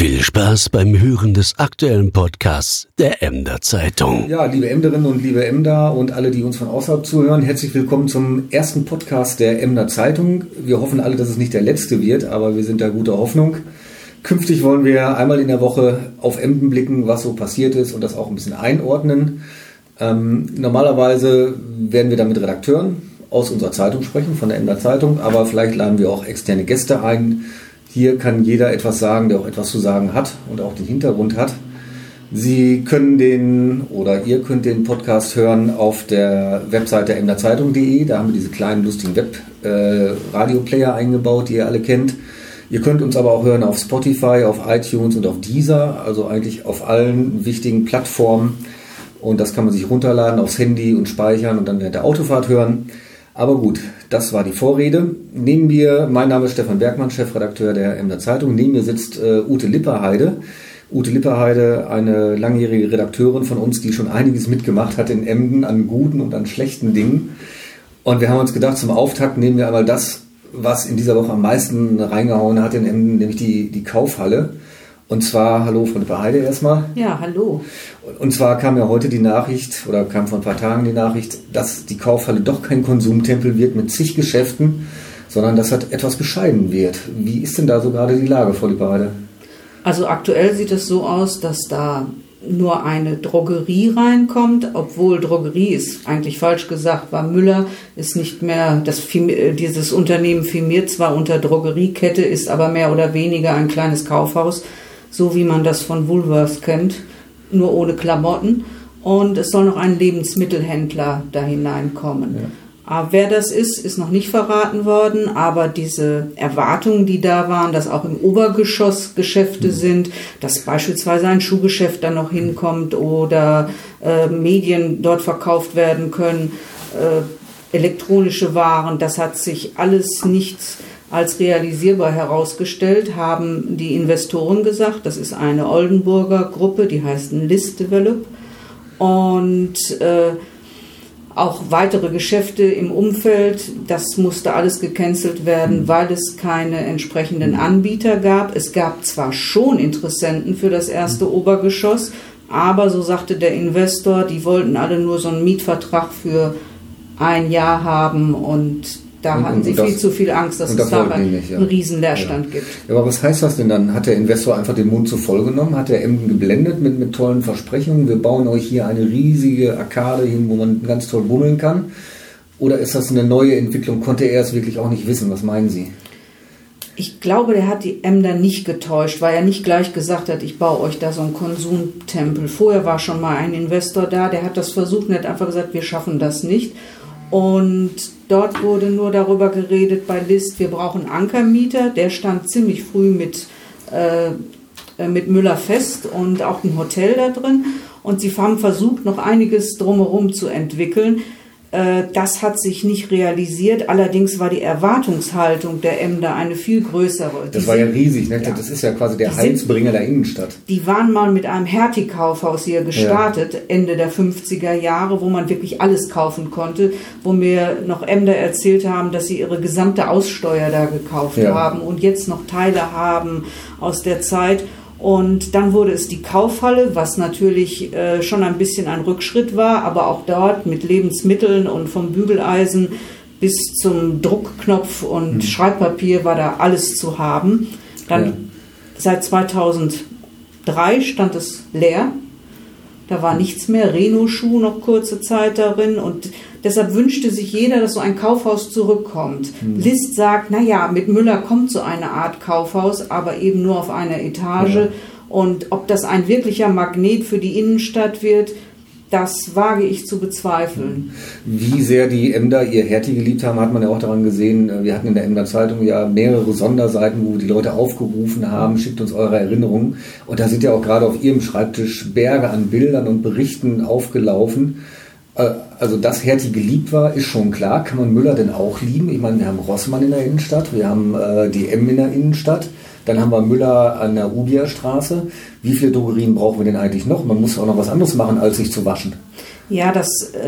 Viel Spaß beim Hören des aktuellen Podcasts der Emder Zeitung. Ja, liebe Emderinnen und liebe Emder und alle, die uns von außerhalb zuhören, herzlich willkommen zum ersten Podcast der Emder Zeitung. Wir hoffen alle, dass es nicht der letzte wird, aber wir sind da guter Hoffnung. Künftig wollen wir einmal in der Woche auf Emden blicken, was so passiert ist und das auch ein bisschen einordnen. Normalerweise werden wir da mit Redakteuren aus unserer Zeitung sprechen, von der Emder Zeitung, aber vielleicht laden wir auch externe Gäste ein. Hier kann jeder etwas sagen, der auch etwas zu sagen hat und auch den Hintergrund hat. Sie können ihr könnt den Podcast hören auf der Webseite emderzeitung.de. Da haben wir diese kleinen lustigen Web-Radio-Player eingebaut, die ihr alle kennt. Ihr könnt uns aber auch hören auf Spotify, auf iTunes und auf Deezer, also eigentlich auf allen wichtigen Plattformen. Und das kann man sich runterladen aufs Handy und speichern und dann während der Autofahrt hören. Aber gut, das war die Vorrede. Neben mir, mein Name ist Stefan Bergmann, Chefredakteur der Emder Zeitung. Neben mir sitzt Ute Lipperheide. Ute Lipperheide, eine langjährige Redakteurin von uns, die schon einiges mitgemacht hat in Emden an guten und an schlechten Dingen. Und wir haben uns gedacht, zum Auftakt nehmen wir einmal das, was in dieser Woche am meisten reingehauen hat in Emden, nämlich die Kaufhalle. Und zwar, hallo Frau Lipperheide erstmal. Ja, hallo. Und zwar kam ja heute die Nachricht, oder kam vor ein paar Tagen die Nachricht, dass die Kaufhalle doch kein Konsumtempel wird mit zig Geschäften, sondern dass das etwas bescheiden wird. Wie ist denn da so gerade die Lage, Frau Lipperheide? Also aktuell sieht es so aus, dass da nur eine Drogerie reinkommt, obwohl Drogerie ist eigentlich falsch gesagt, war Müller, ist nicht mehr, dieses Unternehmen firmiert zwar unter Drogeriekette, ist aber mehr oder weniger ein kleines Kaufhaus, so wie man das von Woolworths kennt, nur ohne Klamotten. Und es soll noch ein Lebensmittelhändler da hineinkommen. Ja. Aber wer das ist noch nicht verraten worden. Aber diese Erwartungen, die da waren, dass auch im Obergeschoss Geschäfte sind, dass beispielsweise ein Schuhgeschäft da noch hinkommt oder Medien dort verkauft werden können, elektronische Waren, das hat sich alles nicht als realisierbar herausgestellt, haben die Investoren gesagt. Das ist eine Oldenburger Gruppe, die heißt List Develop. Und auch weitere Geschäfte im Umfeld, das musste alles gecancelt werden, weil es keine entsprechenden Anbieter gab. Es gab zwar schon Interessenten für das erste Obergeschoss, aber so sagte der Investor, die wollten alle nur so einen Mietvertrag für ein Jahr haben und da hatten sie viel zu viel Angst, dass es da einen riesen Leerstand gibt. Ja, aber was heißt das denn dann? Hat der Investor einfach den Mund zu voll genommen? Hat der Emden geblendet mit tollen Versprechungen? Wir bauen euch hier eine riesige Arkade hin, wo man ganz toll bummeln kann. Oder ist das eine neue Entwicklung? Konnte er es wirklich auch nicht wissen? Was meinen Sie? Ich glaube, der hat die Emder nicht getäuscht, weil er nicht gleich gesagt hat, ich baue euch da so einen Konsumtempel. Vorher war schon mal ein Investor da, der hat das versucht und hat einfach gesagt, wir schaffen das nicht. Und dort wurde nur darüber geredet bei List, wir brauchen Ankermieter. Der stand ziemlich früh mit Müller fest und auch ein Hotel da drin. Und sie haben versucht, noch einiges drumherum zu entwickeln. Das hat sich nicht realisiert. Allerdings war die Erwartungshaltung der Emder eine viel größere. Das war ja riesig, ne? Ja. Das ist ja quasi der Heilsbringer der Innenstadt. Die waren mal mit einem Hertie-Kaufhaus hier gestartet, Ende der 50er Jahre, wo man wirklich alles kaufen konnte, wo mir noch Emder erzählt haben, dass sie ihre gesamte Aussteuer da gekauft haben und jetzt noch Teile haben aus der Zeit. Und dann wurde es die Kaufhalle, was natürlich schon ein bisschen ein Rückschritt war, aber auch dort mit Lebensmitteln und vom Bügeleisen bis zum Druckknopf und Schreibpapier war da alles zu haben. Dann seit 2003 stand es leer. Da war nichts mehr, Reno-Schuh noch kurze Zeit darin und deshalb wünschte sich jeder, dass so ein Kaufhaus zurückkommt. List sagt, naja, mit Müller kommt so eine Art Kaufhaus, aber eben nur auf einer Etage. Ja. Und ob das ein wirklicher Magnet für die Innenstadt wird, das wage ich zu bezweifeln. Wie sehr die Emder ihr Hertie geliebt haben, hat man ja auch daran gesehen. Wir hatten in der Emder Zeitung ja mehrere Sonderseiten, wo die Leute aufgerufen haben, schickt uns eure Erinnerungen. Und da sind ja auch gerade auf ihrem Schreibtisch Berge an Bildern und Berichten aufgelaufen. Also, dass Hertie geliebt war, ist schon klar. Kann man Müller denn auch lieben? Ich meine, wir haben Rossmann in der Innenstadt, wir haben DM in der Innenstadt. Dann haben wir Müller an der Rubierstraße. Wie viele Drogerien brauchen wir denn eigentlich noch? Man muss auch noch was anderes machen, als sich zu waschen. Ja,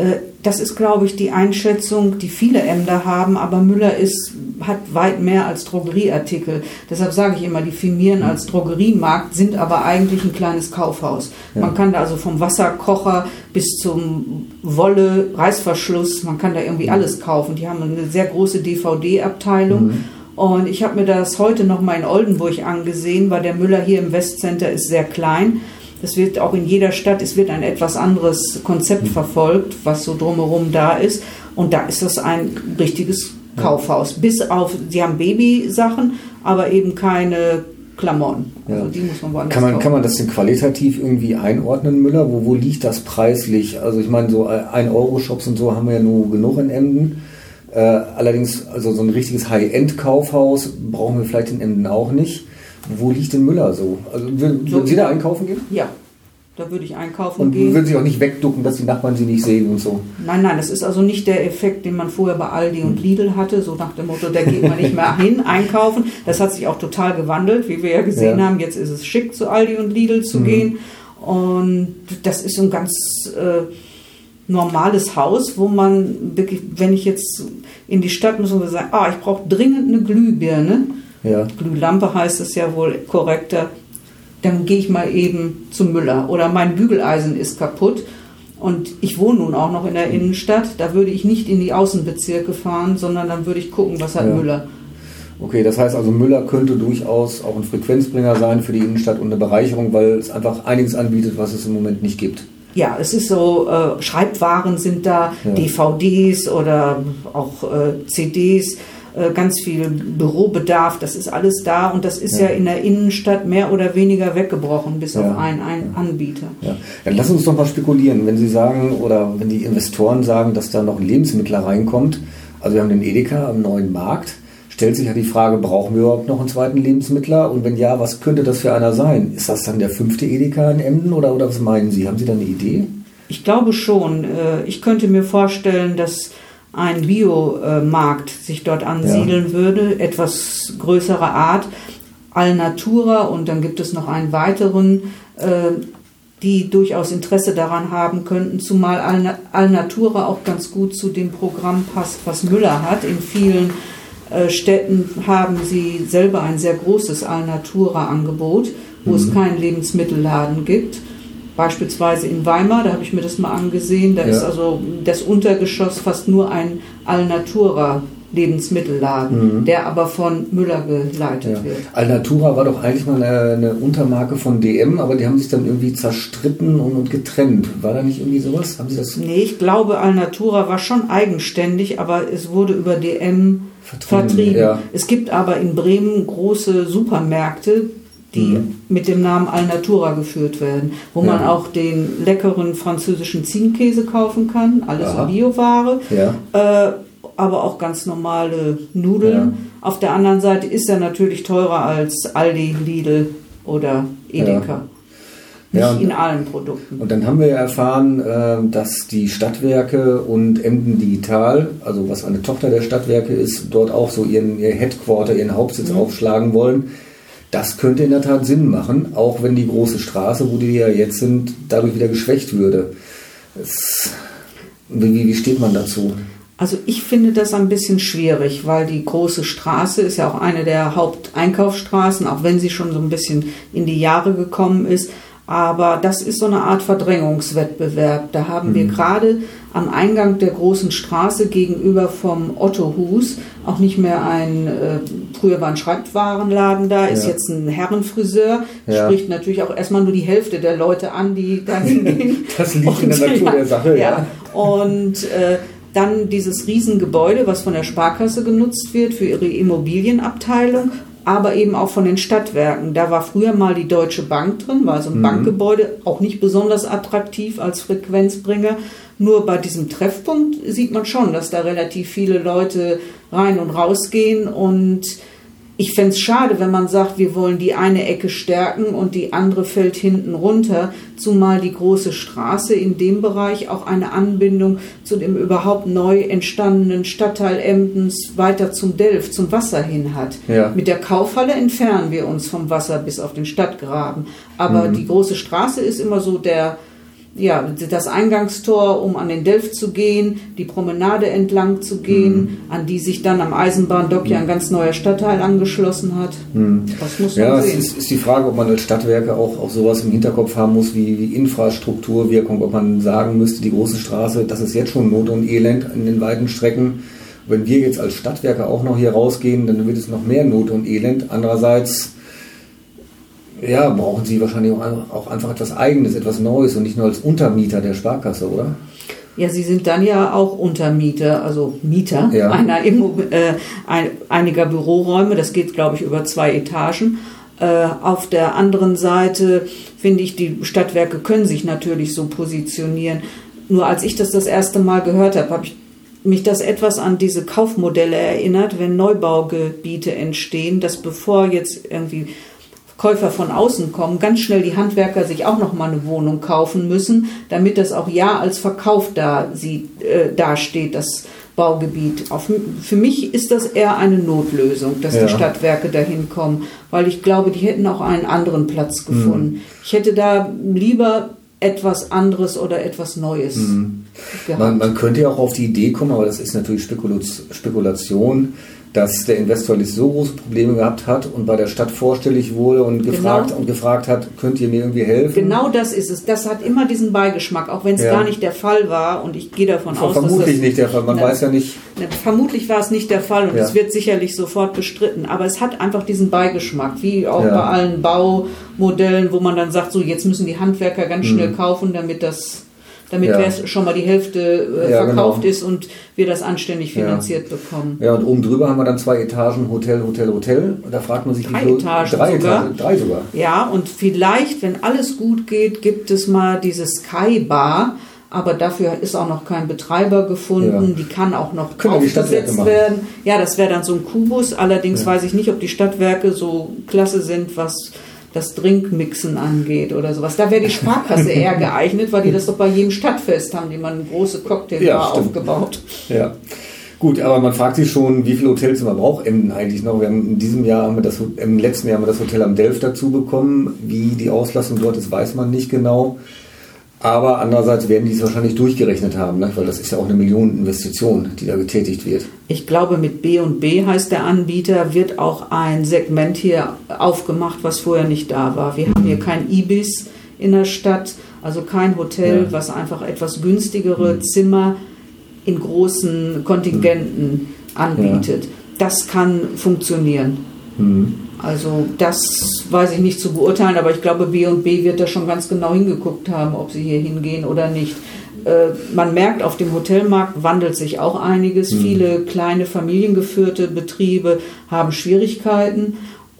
Das ist, glaube ich, die Einschätzung, die viele Emder haben, aber Müller hat weit mehr als Drogerieartikel. Deshalb sage ich immer, die firmieren als Drogeriemarkt, sind aber eigentlich ein kleines Kaufhaus. Ja. Man kann da also vom Wasserkocher bis zum Wolle, Reißverschluss, man kann da irgendwie alles kaufen. Die haben eine sehr große DVD-Abteilung. Und ich habe mir das heute noch mal in Oldenburg angesehen, weil der Müller hier im Westcenter ist sehr klein. Es wird auch in jeder Stadt, es wird ein etwas anderes Konzept verfolgt, was so drumherum da ist. Und da ist das ein richtiges Kaufhaus. Bis auf, sie haben Babysachen, aber eben keine Klamotten. Also die muss man woanders kaufen. Kann man das denn qualitativ irgendwie einordnen, Müller? Wo liegt das preislich? Also ich meine, so 1-Euro-Shops und so haben wir ja nur genug in Emden. Allerdings, also so ein richtiges High-End-Kaufhaus brauchen wir vielleicht in Emden auch nicht. Wo liegt denn Müller so? Also würden Sie da einkaufen gehen? Ja, da würde ich einkaufen gehen. Und würden Sie auch nicht wegducken, dass die Nachbarn Sie nicht sehen und so? Nein, das ist also nicht der Effekt, den man vorher bei Aldi und Lidl hatte, so nach dem Motto, da geht man nicht mehr hin einkaufen. Das hat sich auch total gewandelt, wie wir ja gesehen haben. Jetzt ist es schick, zu Aldi und Lidl zu gehen. Und das ist ein ganz normales Haus, wo man wirklich, wenn ich jetzt in die Stadt muss und sagen, ich brauche dringend eine Glühbirne. Ja. Glühlampe heißt es ja wohl korrekter, dann gehe ich mal eben zum Müller. Oder mein Bügeleisen ist kaputt und ich wohne nun auch noch in der Innenstadt, da würde ich nicht in die Außenbezirke fahren, sondern dann würde ich gucken, was hat Müller. Okay, das heißt also, Müller könnte durchaus auch ein Frequenzbringer sein für die Innenstadt und eine Bereicherung, weil es einfach einiges anbietet, was es im Moment nicht gibt. Ja, es ist so, Schreibwaren sind da, DVDs oder auch CDs, ganz viel Bürobedarf, das ist alles da und das ist ja in der Innenstadt mehr oder weniger weggebrochen, bis auf einen Anbieter. Ja. Dann lass uns doch mal spekulieren, wenn Sie sagen oder wenn die Investoren sagen, dass da noch ein Lebensmittler reinkommt, also wir haben den Edeka am neuen Markt, stellt sich ja die Frage, brauchen wir überhaupt noch einen zweiten Lebensmittler und wenn ja, was könnte das für einer sein? Ist das dann der 5. Edeka in Emden oder was meinen Sie? Haben Sie da eine Idee? Ich glaube schon. Ich könnte mir vorstellen, dass ein Biomarkt sich dort ansiedeln würde, etwas größerer Art, Alnatura und dann gibt es noch einen weiteren, die durchaus Interesse daran haben könnten, zumal Alnatura auch ganz gut zu dem Programm passt, was Müller hat. In vielen Städten haben sie selber ein sehr großes Alnatura-Angebot, wo es keinen Lebensmittelladen gibt. Beispielsweise in Weimar, da habe ich mir das mal angesehen, da ist also das Untergeschoss fast nur ein Alnatura Lebensmittelladen, der aber von Müller geleitet wird. Alnatura war doch eigentlich mal eine Untermarke von DM, aber die haben sich dann irgendwie zerstritten und getrennt. War da nicht irgendwie sowas? Haben Sie das? Nee, ich glaube, Alnatura war schon eigenständig, aber es wurde über DM vertrieben. Ja. Es gibt aber in Bremen große Supermärkte, die mit dem Namen Alnatura geführt werden, wo man auch den leckeren französischen Ziegenkäse kaufen kann, alles Bioware, aber auch ganz normale Nudeln. Ja. Auf der anderen Seite ist er natürlich teurer als Aldi, Lidl oder Edeka. Nicht in allen Produkten. Und dann haben wir ja erfahren, dass die Stadtwerke und Emden Digital, also was eine Tochter der Stadtwerke ist, dort auch so ihr Headquarter, ihren Hauptsitz aufschlagen wollen. Das könnte in der Tat Sinn machen, auch wenn die große Straße, wo die ja jetzt sind, dadurch wieder geschwächt würde. Wie steht man dazu? Also ich finde das ein bisschen schwierig, weil die große Straße ist ja auch eine der Haupteinkaufsstraßen, auch wenn sie schon so ein bisschen in die Jahre gekommen ist. Aber das ist so eine Art Verdrängungswettbewerb. Da haben wir gerade am Eingang der großen Straße gegenüber vom Otto-Hus auch nicht mehr früher war ein Schreibwarenladen da, ist jetzt ein Herrenfriseur, spricht natürlich auch erstmal nur die Hälfte der Leute an, die da hingehen. Das liegt in der Natur der Sache, Und dann dieses Riesengebäude, was von der Sparkasse genutzt wird für ihre Immobilienabteilung, aber eben auch von den Stadtwerken. Da war früher mal die Deutsche Bank drin, war so ein Bankgebäude, auch nicht besonders attraktiv als Frequenzbringer. Nur bei diesem Treffpunkt sieht man schon, dass da relativ viele Leute rein und raus gehen und ich fände es schade, wenn man sagt, wir wollen die eine Ecke stärken und die andere fällt hinten runter, zumal die große Straße in dem Bereich auch eine Anbindung zu dem überhaupt neu entstandenen Stadtteil Emdens weiter zum Delf, zum Wasser hin hat. Ja. Mit der Kaufhalle entfernen wir uns vom Wasser bis auf den Stadtgraben. Aber die große Straße ist immer so das Eingangstor, um an den Delft zu gehen, die Promenade entlang zu gehen, an die sich dann am Eisenbahndock ja ein ganz neuer Stadtteil angeschlossen hat. Das muss man sehen. Es ist die Frage, ob man als Stadtwerke auch sowas im Hinterkopf haben muss wie Infrastrukturwirkung, ob man sagen müsste, die große Straße, das ist jetzt schon Not und Elend in den weiten Strecken. Wenn wir jetzt als Stadtwerke auch noch hier rausgehen, dann wird es noch mehr Not und Elend. Andererseits brauchen Sie wahrscheinlich auch einfach etwas Eigenes, etwas Neues und nicht nur als Untermieter der Sparkasse, oder? Ja, Sie sind dann ja auch Untermieter, also Mieter einiger Büroräume. Das geht, glaube ich, über 2 Etagen. Auf der anderen Seite finde ich, die Stadtwerke können sich natürlich so positionieren. Nur als ich das erste Mal gehört habe, habe ich mich das etwas an diese Kaufmodelle erinnert, wenn Neubaugebiete entstehen, dass bevor jetzt irgendwie Käufer von außen kommen, ganz schnell die Handwerker sich auch noch mal eine Wohnung kaufen müssen, damit das auch als Verkauf dasteht, das Baugebiet. Für mich ist das eher eine Notlösung, dass die Stadtwerke dahin kommen, weil ich glaube, die hätten auch einen anderen Platz gefunden. Ich hätte da lieber etwas anderes oder etwas Neues gehabt. Man könnte ja auch auf die Idee kommen, aber das ist natürlich Spekulation, dass der Investor nicht so große Probleme gehabt hat und bei der Stadt vorstellig wurde und gefragt hat, könnt ihr mir irgendwie helfen? Genau das ist es. Das hat immer diesen Beigeschmack, auch wenn es gar nicht der Fall war. Und ich gehe davon aus, vermutlich nicht der Fall. Man weiß ja nicht. Vermutlich war es nicht der Fall und es wird sicherlich sofort bestritten. Aber es hat einfach diesen Beigeschmack, wie auch bei allen Baumodellen, wo man dann sagt, so jetzt müssen die Handwerker ganz schnell kaufen, damit schon mal die Hälfte verkauft ist und wir das anständig finanziert bekommen. Ja, und oben drüber haben wir dann 2 Etagen Hotel. Da fragt man sich, 3 Etagen sogar. 3 sogar. Ja, und vielleicht, wenn alles gut geht, gibt es mal diese Sky Bar, aber dafür ist auch noch kein Betreiber gefunden. Die kann auch noch aufgesetzt werden. Ja, das wäre dann so ein Kubus. Allerdings weiß ich nicht, ob die Stadtwerke so klasse sind, was das Drinkmixen angeht oder sowas. Da wäre die Sparkasse eher geeignet, weil die das doch bei jedem Stadtfest haben, die mal eine große Cocktailbar aufgebaut. Ja, gut, aber man fragt sich schon, wie viele Hotelzimmer braucht Emden eigentlich noch? Im letzten Jahr haben wir das Hotel am Delft dazu bekommen. Wie die Auslastung dort ist, weiß man nicht genau. Aber andererseits werden die es wahrscheinlich durchgerechnet haben, ne? Weil das ist ja auch eine Millioneninvestition, die da getätigt wird. Ich glaube, mit B&B heißt der Anbieter, wird auch ein Segment hier aufgemacht, was vorher nicht da war. Wir haben hier kein Ibis in der Stadt, also kein Hotel, was einfach etwas günstigere Zimmer in großen Kontingenten anbietet. Das kann funktionieren. Also das weiß ich nicht zu beurteilen, aber ich glaube, B&B wird da schon ganz genau hingeguckt haben, ob sie hier hingehen oder nicht. Man merkt, auf dem Hotelmarkt wandelt sich auch einiges. Viele kleine familiengeführte Betriebe haben Schwierigkeiten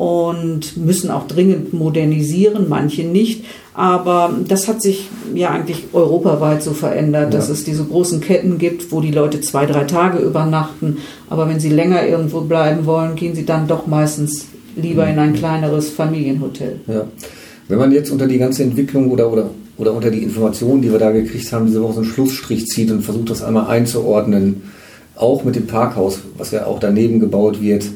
und müssen auch dringend modernisieren, manche nicht. Aber das hat sich ja eigentlich europaweit so verändert, dass es diese großen Ketten gibt, wo die Leute 2-3 Tage übernachten. Aber wenn sie länger irgendwo bleiben wollen, gehen sie dann doch meistens lieber in ein kleineres Familienhotel. Ja. Wenn man jetzt unter die ganze Entwicklung oder unter die Informationen, die wir da gekriegt haben, diese Woche so einen Schlussstrich zieht und versucht, das einmal einzuordnen, auch mit dem Parkhaus, was ja auch daneben gebaut wird,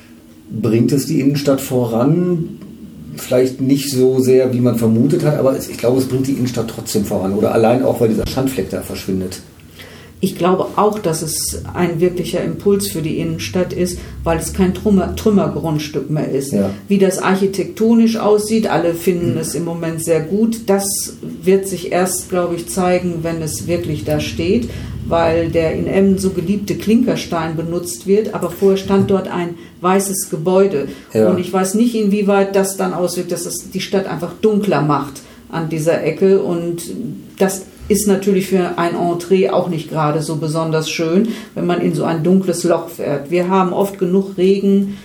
bringt es die Innenstadt voran? Vielleicht nicht so sehr, wie man vermutet hat, aber ich glaube, es bringt die Innenstadt trotzdem voran. Oder allein auch, weil dieser Schandfleck da verschwindet. Ich glaube auch, dass es ein wirklicher Impuls für die Innenstadt ist, weil es kein Trümmergrundstück mehr ist. Ja. Wie das architektonisch aussieht, alle finden es im Moment sehr gut. Das wird sich erst, glaube ich, zeigen, wenn es wirklich da steht, weil der in Emden so geliebte Klinkerstein benutzt wird, aber vorher stand dort ein weißes Gebäude. Ja. Und ich weiß nicht, inwieweit das dann auswirkt, dass es die Stadt einfach dunkler macht an dieser Ecke, und das ist natürlich für ein Entree auch nicht gerade so besonders schön, wenn man in so ein dunkles Loch fährt. Wir haben oft genug Regen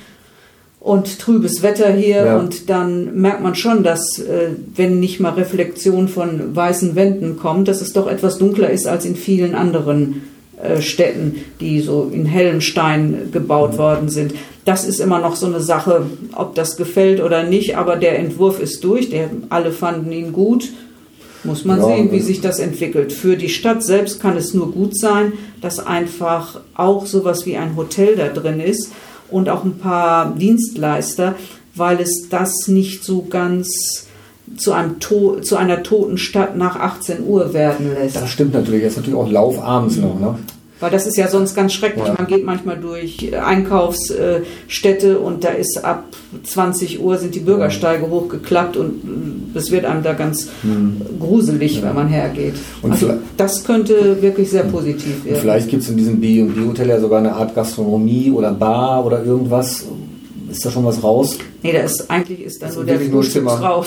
und trübes Wetter hier, und dann merkt man schon, dass, wenn nicht mal Reflexion von weißen Wänden kommt, dass es doch etwas dunkler ist als in vielen anderen Städten, die so in hellem Stein gebaut worden sind. Das ist immer noch so eine Sache, ob das gefällt oder nicht, aber der Entwurf ist durch, alle fanden ihn gut. Muss man sehen, wie sich das entwickelt. Für die Stadt selbst kann es nur gut sein, dass einfach auch sowas wie ein Hotel da drin ist und auch ein paar Dienstleister, weil es das nicht so ganz zu einer toten Stadt nach 18 Uhr werden lässt. Das stimmt natürlich. Das ist natürlich auch Lauf abends noch, ne? Weil das ist ja sonst ganz schrecklich. Ja. Man geht manchmal durch Einkaufsstädte und da ist ab 20 Uhr sind die Bürgersteige hochgeklappt und es wird einem da ganz gruselig, wenn man hergeht. Und also das könnte wirklich sehr positiv werden. Vielleicht gibt es in diesem B&B-Hotel ja sogar eine Art Gastronomie oder Bar oder irgendwas. Ist da schon was raus? Nee, eigentlich ist da nur der Frühstücksraum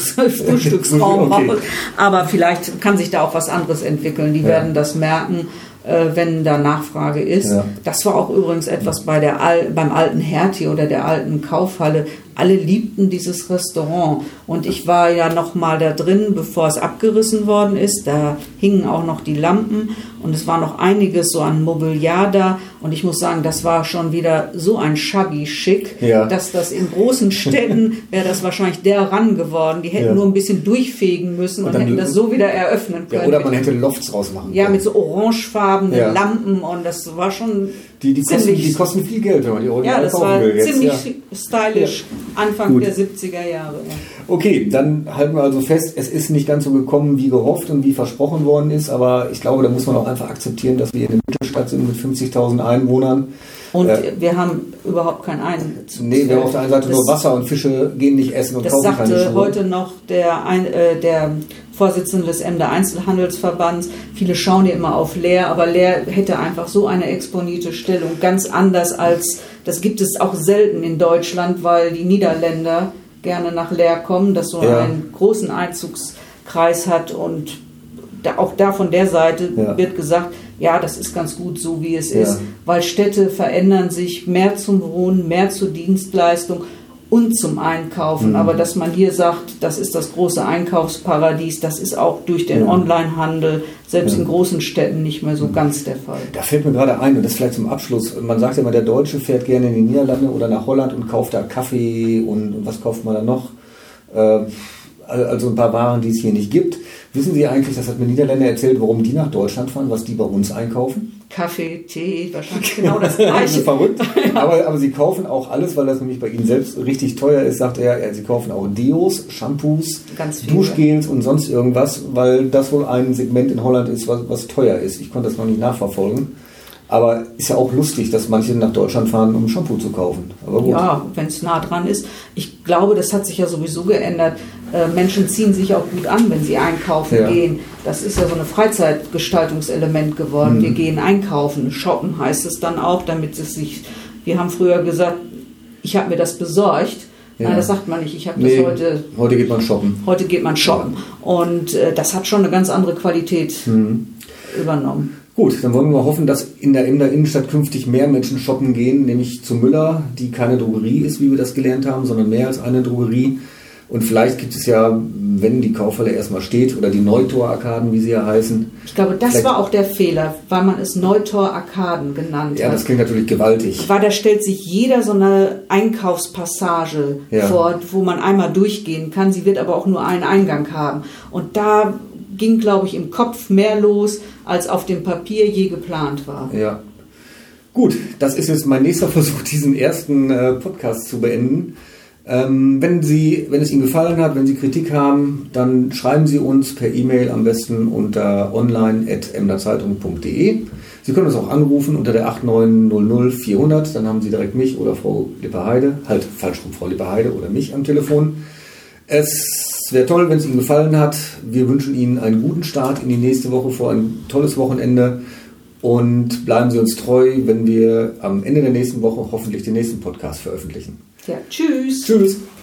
okay. Raus. Aber vielleicht kann sich da auch was anderes entwickeln. Die werden das merken, wenn da Nachfrage ist. Ja. Das war auch übrigens etwas beim alten Hertie oder der alten Kaufhalle. Alle liebten dieses Restaurant. Und ich war ja noch mal da drin, bevor es abgerissen worden ist. Da hingen auch noch die Lampen und es war noch einiges so an Mobiliar da. Und ich muss sagen, das war schon wieder so ein Shabby-Schick, dass das in großen Städten wäre das wahrscheinlich der Ran geworden. Die hätten nur ein bisschen durchfegen müssen und hätten das so wieder eröffnen können. Ja, oder man hätte Lofts rausmachen können. Ja, mit so orangefarbenen Lampen und das war schon die kosten viel Geld, wenn man die original kaufen will. Ja, das war ziemlich stylisch Anfang der 70er Jahre. Ja. Okay, dann halten wir also fest, es ist nicht ganz so gekommen, wie gehofft und wie versprochen worden ist, aber ich glaube, da muss man auch einfach akzeptieren, dass wir in der Mittelstadt sind mit 50.000 Einwohnern. Und wir haben überhaupt kein Einzug. Nee, wir haben auf der einen Seite nur Wasser und Fische gehen nicht essen und kaufen keine Schuhe. Das sagte heute noch der Vorsitzende des Emder Einzelhandelsverbands. Viele schauen ja immer auf Leer, aber Leer hätte einfach so eine exponierte Stellung, ganz anders als, das gibt es auch selten in Deutschland, weil die Niederländer gerne nach Leer kommen, das so einen großen Einzugskreis hat und auch da von der Seite wird gesagt, ja, das ist ganz gut so, wie es ist, weil Städte verändern sich mehr zum Wohnen, mehr zur Dienstleistung und zum Einkaufen. Aber dass man hier sagt, das ist das große Einkaufsparadies, das ist auch durch den Onlinehandel, selbst in großen Städten nicht mehr so ganz der Fall. Da fällt mir gerade ein, und das vielleicht zum Abschluss, man sagt ja immer, der Deutsche fährt gerne in die Niederlande oder nach Holland und kauft da Kaffee und was kauft man da noch? Also ein paar Waren, die es hier nicht gibt. Wissen Sie eigentlich, das hat mir Niederländer erzählt, warum die nach Deutschland fahren, was die bei uns einkaufen? Kaffee, Tee, wahrscheinlich genau das Gleiche. Verrückt. Aber sie kaufen auch alles, weil das nämlich bei ihnen selbst richtig teuer ist, sagt er. Sie kaufen auch Deos, Shampoos, Duschgels und sonst irgendwas, weil das wohl ein Segment in Holland ist, was teuer ist. Ich konnte das noch nicht nachverfolgen. Aber ist ja auch lustig, dass manche nach Deutschland fahren, um Shampoo zu kaufen. Aber gut. Ja, wenn es nah dran ist. Ich glaube, das hat sich ja sowieso geändert. Menschen ziehen sich auch gut an, wenn sie einkaufen gehen. Das ist ja so ein Freizeitgestaltungselement geworden. Wir gehen einkaufen, shoppen heißt es dann auch, damit es sich... Wir haben früher gesagt, ich habe mir das besorgt. Ja. Nein, das sagt man nicht. Ich habe das heute... Heute geht man shoppen. Heute geht man shoppen. Und das hat schon eine ganz andere Qualität übernommen. Gut, dann wollen wir mal hoffen, dass in der Innenstadt künftig mehr Menschen shoppen gehen, nämlich zu Müller, die keine Drogerie ist, wie wir das gelernt haben, sondern mehr als eine Drogerie. Und vielleicht gibt es ja, wenn die Kaufhalle erstmal steht, oder die Neutor-Arkaden, wie sie ja heißen. Ich glaube, das war auch der Fehler, weil man es Neutor-Arkaden genannt hat. Ja, das klingt natürlich gewaltig. Weil da stellt sich jeder so eine Einkaufspassage vor, wo man einmal durchgehen kann. Sie wird aber auch nur einen Eingang haben. Und da ging, glaube ich, im Kopf mehr los, als auf dem Papier je geplant war. Ja. Gut, das ist jetzt mein nächster Versuch, diesen ersten Podcast zu beenden. Wenn es Ihnen gefallen hat, wenn Sie Kritik haben, dann schreiben Sie uns per E-Mail am besten unter online@emderzeitung.de. Sie können uns auch anrufen unter der 8900 400, dann haben Sie direkt mich oder Frau Lipperheide, halt falsch rum, Frau Lipperheide oder mich am Telefon. Es wäre toll, wenn es Ihnen gefallen hat. Wir wünschen Ihnen einen guten Start in die nächste Woche vor ein tolles Wochenende und bleiben Sie uns treu, wenn wir am Ende der nächsten Woche hoffentlich den nächsten Podcast veröffentlichen. Ja, tschüss. Tschüss.